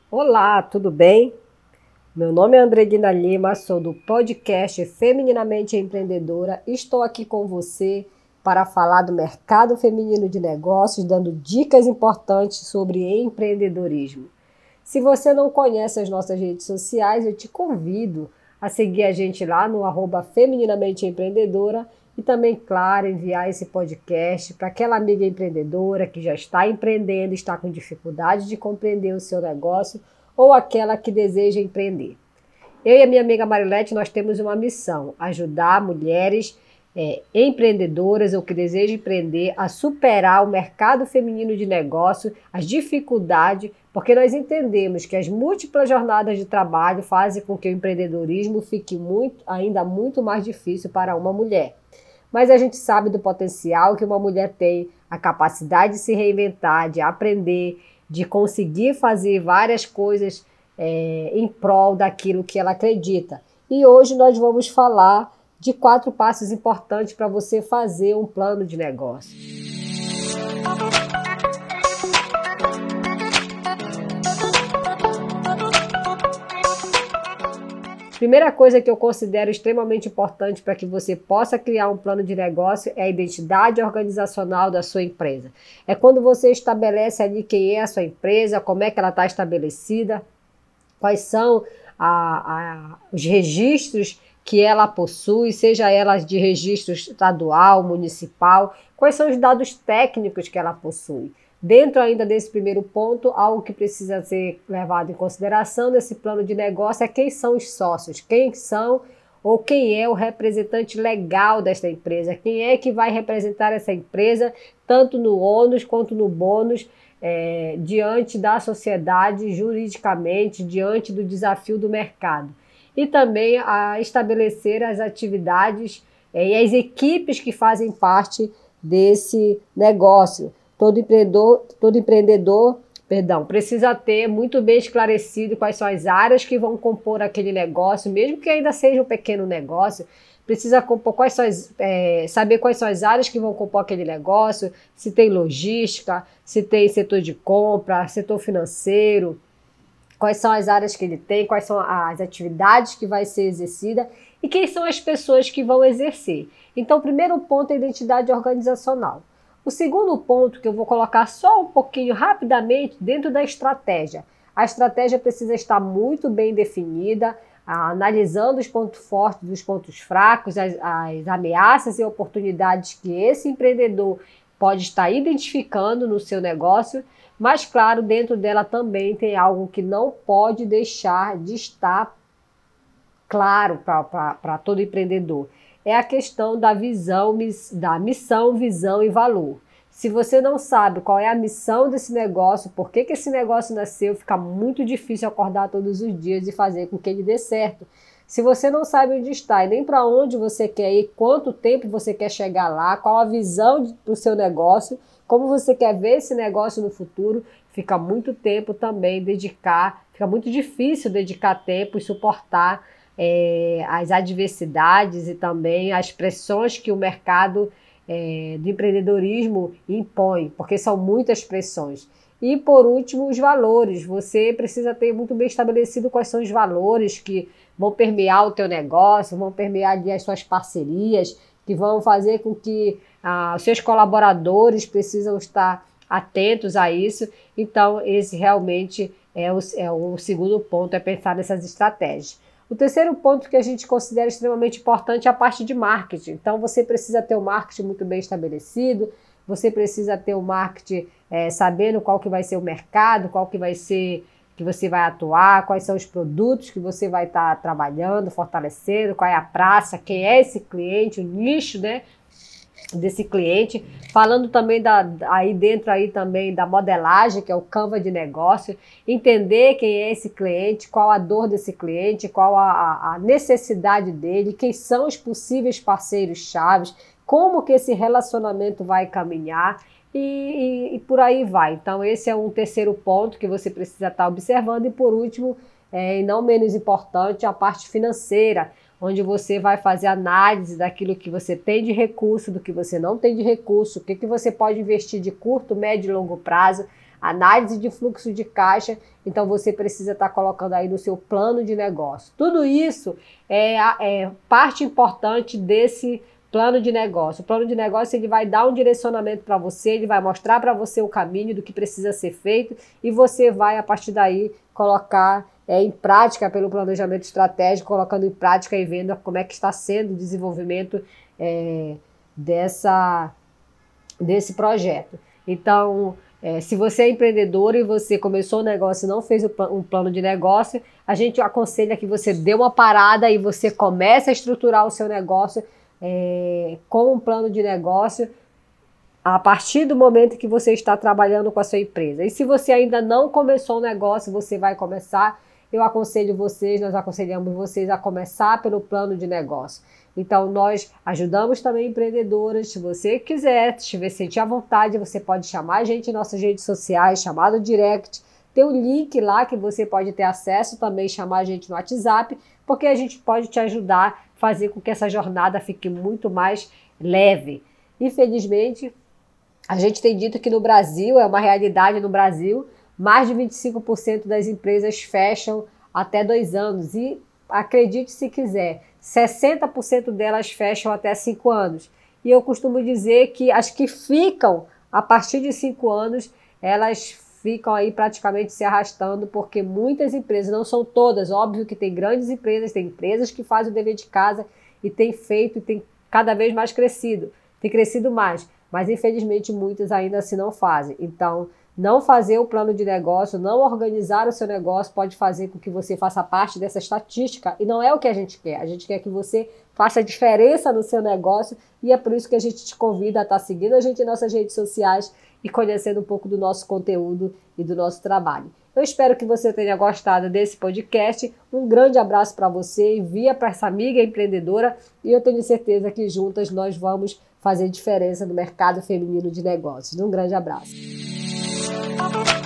Olá, tudo bem? Meu nome é Andreguina Lima, sou do podcast Femininamente Empreendedora. Estou aqui com você para falar do mercado feminino de negócios, dando dicas importantes sobre empreendedorismo. Se você não conhece as nossas redes sociais, eu te convido a seguir a gente lá no @femininamente empreendedora e também, claro, enviar esse podcast para aquela amiga empreendedora que já está empreendendo, está com dificuldade de compreender o seu negócio ou aquela que deseja empreender. Eu e a minha amiga Marilete, nós temos uma missão: ajudar mulheres empreendedoras ou que desejam empreender a superar o mercado feminino de negócio, as dificuldades, porque nós entendemos que as múltiplas jornadas de trabalho fazem com que o empreendedorismo fique ainda muito mais difícil para uma mulher. Mas a gente sabe do potencial que uma mulher tem, a capacidade de se reinventar, de aprender, de conseguir fazer várias coisas em prol daquilo que ela acredita. E hoje nós vamos falar de 4 passos importantes para você fazer um plano de negócio. Primeira coisa que eu considero extremamente importante para que você possa criar um plano de negócio é a identidade organizacional da sua empresa. É quando você estabelece ali quem é a sua empresa, como é que ela está estabelecida, quais são os registros que ela possui, seja elas de registro estadual, municipal, quais são os dados técnicos que ela possui. Dentro ainda desse primeiro ponto, algo que precisa ser levado em consideração nesse plano de negócio é quem são os sócios, quem são ou quem é o representante legal desta empresa, quem é que vai representar essa empresa, tanto no ônus quanto no bônus, diante da sociedade, juridicamente, diante do desafio do mercado. E também a estabelecer as atividades e as equipes que fazem parte desse negócio. Todo empreendedor precisa ter muito bem esclarecido quais são as áreas que vão compor aquele negócio, mesmo que ainda seja um pequeno negócio, precisa compor saber quais são as áreas que vão compor aquele negócio, se tem logística, se tem setor de compra, setor financeiro, quais são as áreas que ele tem, quais são as atividades que vai ser exercida e quem são as pessoas que vão exercer. Então, o primeiro ponto é a identidade organizacional. O segundo ponto que eu vou colocar só um pouquinho rapidamente dentro da estratégia. A estratégia precisa estar muito bem definida, analisando os pontos fortes dos pontos fracos, as ameaças e oportunidades que esse empreendedor pode estar identificando no seu negócio, mas claro, dentro dela também tem algo que não pode deixar de estar claro para todo empreendedor. É a questão da missão, visão e valor. Se você não sabe qual é a missão desse negócio, por que esse negócio nasceu, fica muito difícil acordar todos os dias e fazer com que ele dê certo. Se você não sabe onde está e nem para onde você quer ir, quanto tempo você quer chegar lá, qual a visão do seu negócio, como você quer ver esse negócio no futuro, fica muito tempo também fica muito difícil dedicar tempo e suportar as adversidades e também as pressões que o mercado do empreendedorismo impõe, porque são muitas pressões. E por último, os valores. Você precisa ter muito bem estabelecido quais são os valores que vão permear o teu negócio, vão permear ali as suas parcerias, que vão fazer com que os seus colaboradores precisam estar atentos a isso. Então, esse realmente é o segundo ponto, é pensar nessas estratégias. O terceiro ponto que a gente considera extremamente importante é a parte de marketing. Então, você precisa ter o marketing muito bem estabelecido, você precisa ter o marketing sabendo qual que vai ser o mercado, qual que vai ser que você vai atuar, quais são os produtos que você vai estar trabalhando, fortalecendo, qual é a praça, quem é esse cliente, o nicho, né, desse cliente, falando também aí dentro aí também da modelagem, que é o Canva de negócio, entender quem é esse cliente, qual a dor desse cliente, qual a necessidade dele, quem são os possíveis parceiros chaves, como que esse relacionamento vai caminhar e por aí vai. Então esse é um terceiro ponto que você precisa estar observando e por último, e não menos importante, a parte financeira, onde você vai fazer análise daquilo que você tem de recurso, do que você não tem de recurso, o que você pode investir de curto, médio e longo prazo, análise de fluxo de caixa, então você precisa estar colocando aí no seu plano de negócio. Tudo isso é parte importante desse plano de negócio. O plano de negócio ele vai dar um direcionamento para você, ele vai mostrar para você o caminho do que precisa ser feito e você vai, a partir daí, colocar em prática pelo planejamento estratégico, colocando em prática e vendo como é que está sendo o desenvolvimento desse projeto. Então, se você é empreendedor e você começou o negócio e não fez um plano de negócio, a gente aconselha que você dê uma parada e você comece a estruturar o seu negócio com um plano de negócio a partir do momento que você está trabalhando com a sua empresa. E se você ainda não começou o negócio, você vai começar, nós aconselhamos vocês a começar pelo plano de negócio. Então, nós ajudamos também empreendedoras. Se você quiser, se sentir à vontade, você pode chamar a gente em nossas redes sociais, chamar no direct. Tem um link lá que você pode ter acesso também, chamar a gente no WhatsApp, porque a gente pode te ajudar a fazer com que essa jornada fique muito mais leve. Infelizmente, a gente tem dito que no Brasil, é uma realidade no Brasil, mais de 25% das empresas fecham até 2 anos. E acredite se quiser, 60% delas fecham até 5 anos. E eu costumo dizer que as que ficam a partir de 5 anos, elas ficam aí praticamente se arrastando, porque muitas empresas, não são todas, óbvio que tem grandes empresas, tem empresas que fazem o dever de casa e tem feito e tem cada vez mais crescido, tem crescido mais, mas infelizmente muitas ainda assim não fazem. Então, não fazer o plano de negócio, não organizar o seu negócio pode fazer com que você faça parte dessa estatística e não é o que a gente quer. A gente quer que você faça diferença no seu negócio e é por isso que a gente te convida a estar seguindo a gente em nossas redes sociais e conhecendo um pouco do nosso conteúdo e do nosso trabalho. Eu espero que você tenha gostado desse podcast. Um grande abraço para você, envia para essa amiga empreendedora e eu tenho certeza que juntas nós vamos fazer diferença no mercado feminino de negócios. Um grande abraço.